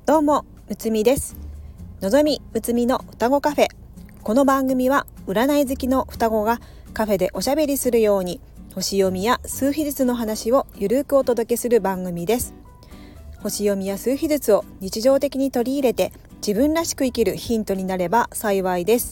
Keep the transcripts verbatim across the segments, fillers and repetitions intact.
どうも、むつみです。のぞみむつみの双子カフェ。この番組は占い好きの双子がカフェでおしゃべりするように、星読みや数秘術の話をゆるくお届けする番組です。星読みや数秘術を日常的に取り入れて自分らしく生きるヒントになれば幸いです。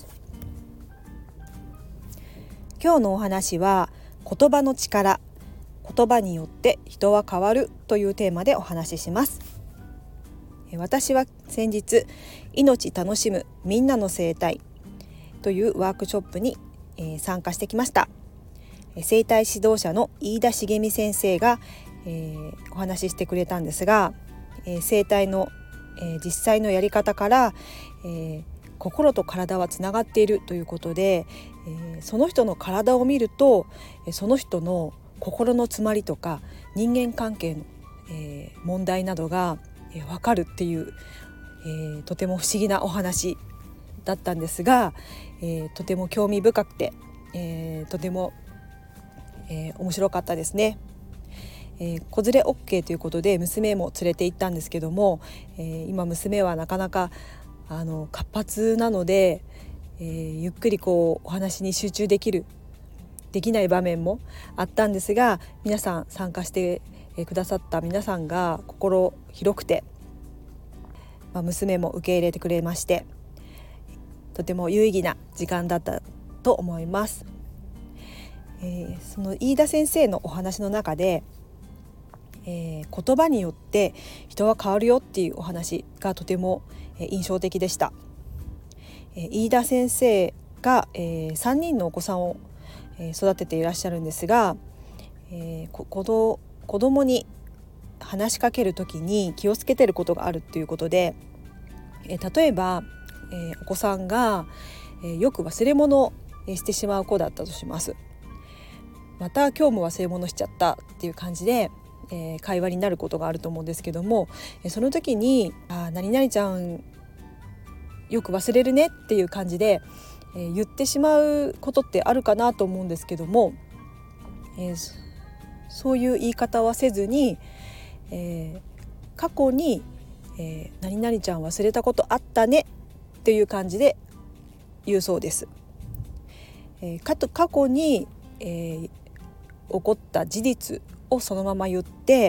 今日のお話は、言葉の力、言葉によって人は変わるというテーマでお話しします。私は先日、命楽しむみんなの生態というワークショップに参加してきました。生態指導者の飯田茂美先生が、えー、お話ししてくれたんですが、えー、生態の、えー、実際のやり方から、えー、心と体はつながっているということで、えー、その人の体を見るとその人の心の詰まりとか人間関係の、えー、問題などがえー、分かるっていう、えー、とても不思議なお話だったんですが、えー、とても興味深くて、えー、とても、えー、面白かったですね。えー、子連れ OK ということで娘も連れて行ったんですけども、えー、今娘はなかなかあの活発なので、えー、ゆっくりこうお話に集中できるできない場面もあったんですが、皆さん参加してくださった皆さんが心広くて、まあ、娘も受け入れてくれまして、とても有意義な時間だったと思います。えー、その飯田先生のお話の中で、えー、言葉によって人は変わるよっていうお話がとても印象的でした。えー、飯田先生が、えー、さんにんのお子さんを育てていらっしゃるんですが、えー、こ子供子供に話しかけるときに気をつけていることがあるということで、えー、例えば、えー、お子さんが、えー、よく忘れ物をしてしまう子だったとします。また今日も忘れ物しちゃったっていう感じで、えー、会話になることがあると思うんですけども、えー、その時にあ何々ちゃんよく忘れるねっていう感じで、えー、言ってしまうことってあるかなと思うんですけども、えーそういう言い方はせずに、えー、過去に、えー、何々ちゃん忘れたことあったねっていう感じで言うそうです。えー、かと過去に、えー、起こった事実をそのまま言って、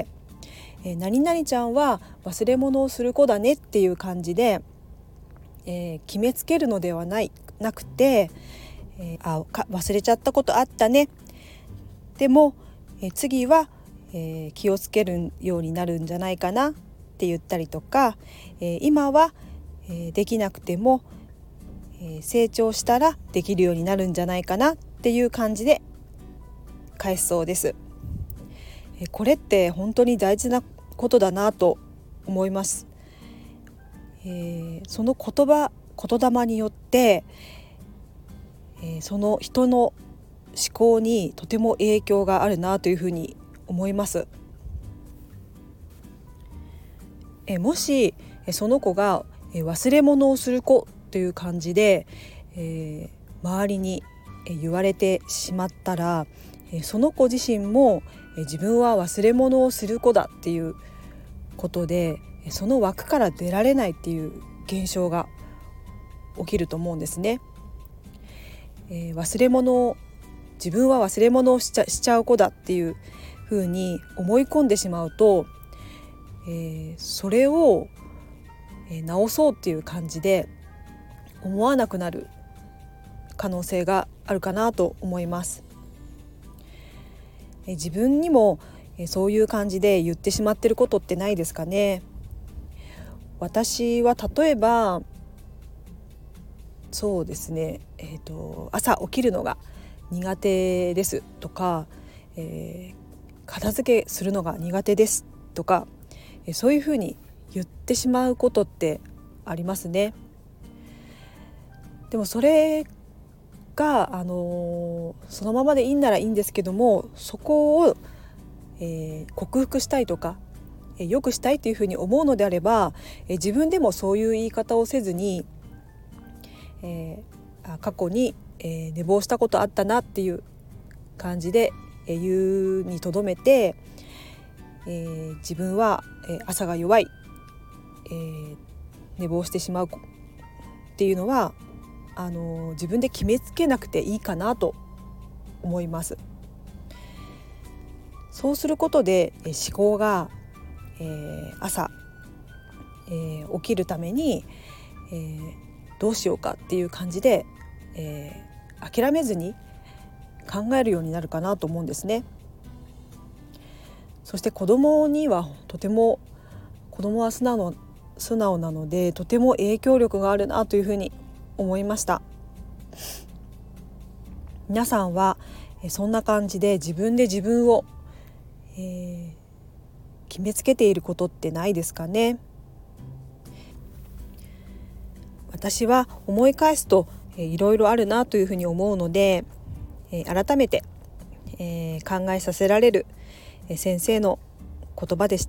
えー、何々ちゃんは忘れ物をする子だねっていう感じで、えー、決めつけるのではないなくて、えー、あか忘れちゃったことあったね、でもえ次は、えー、気をつけるようになるんじゃないかなって言ったりとか、えー、今は、えー、できなくても、えー、成長したらできるようになるんじゃないかなっていう感じで返すそうです。えー、これって本当に大事なことだなと思います。えー、その言葉言霊によって、えー、その人の思考にとても影響があるなというふうに思います。えもしその子が忘れ物をする子という感じで、えー、周りに言われてしまったら、その子自身も自分は忘れ物をする子だっていうことで、その枠から出られないっていう現象が起きると思うんですね。えー、忘れ物を自分は忘れ物をしちゃ、しちゃう子だっていうふうに思い込んでしまうと、えー、それを、えー、直そうっていう感じで思わなくなる可能性があるかなと思います。えー、自分にも、えー、そういう感じで言ってしまってることってないですかね。私は例えばそうですね、えーと、朝起きるのが苦手ですとか、えー、片付けするのが苦手ですとか、えー、そういうふうに言ってしまうことってありますね。でもそれが、あのー、そのままでいいんならいいんですけども、そこを、えー、克服したいとか、えー、良くしたいというふうに思うのであれば、えー、自分でもそういう言い方をせずに、えー、過去にえー、寝坊したことあったなっていう感じで、えー、言うにとどめて、えー、自分は、えー、朝が弱い、 えー、寝坊してしまうっていうのはあの自分で決めつけなくていいかなと思います。そうすることで思考が、えー、朝、えー、起きるために、えー、どうしようかっていう感じで、えー、諦めずに考えるようになるかなと思うんですね。そして子供にはとても子供は素直、素直なのでとても影響力があるなというふうに思いました。皆さんはそんな感じで自分で自分を、えー、決めつけていることってないですかね。私は思い返すと、えー、いろいろあるなというふうに思うので、えー、改めて、えー、考えさせられる、えー、先生の言葉でした。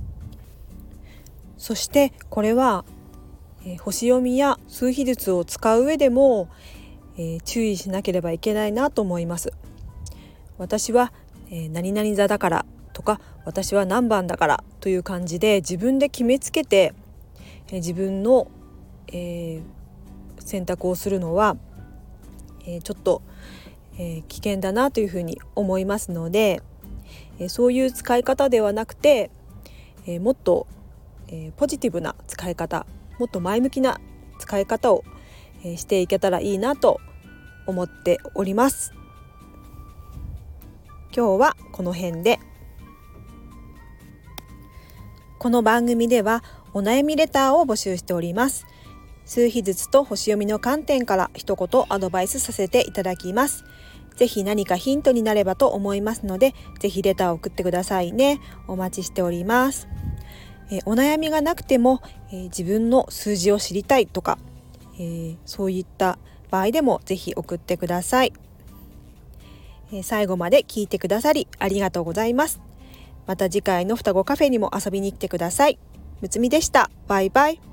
そしてこれは、えー、星読みや数秘術を使う上でも、えー、注意しなければいけないなと思います。私は、えー、何々座だからとか私は何番だからという感じで自分で決めつけて、えー、自分の、えー、選択をするのは、えー、ちょっと、えー、危険だなというふうに思いますので、えー、そういう使い方ではなくて、えー、もっと、えー、ポジティブな使い方、もっと前向きな使い方を、えー、していけたらいいなと思っております。今日はこの辺で。この番組ではお悩みレターを募集しております。数秘術と星読みの観点から一言アドバイスさせていただきます。ぜひ何かヒントになればと思いますので、ぜひレターを送ってくださいね。お待ちしております。えー、お悩みがなくても、えー、自分の数字を知りたいとか、えー、そういった場合でもぜひ送ってください。えー、最後まで聞いてくださりありがとうございます。また次回の双子カフェにも遊びに来てください。むつみでした。バイバイ。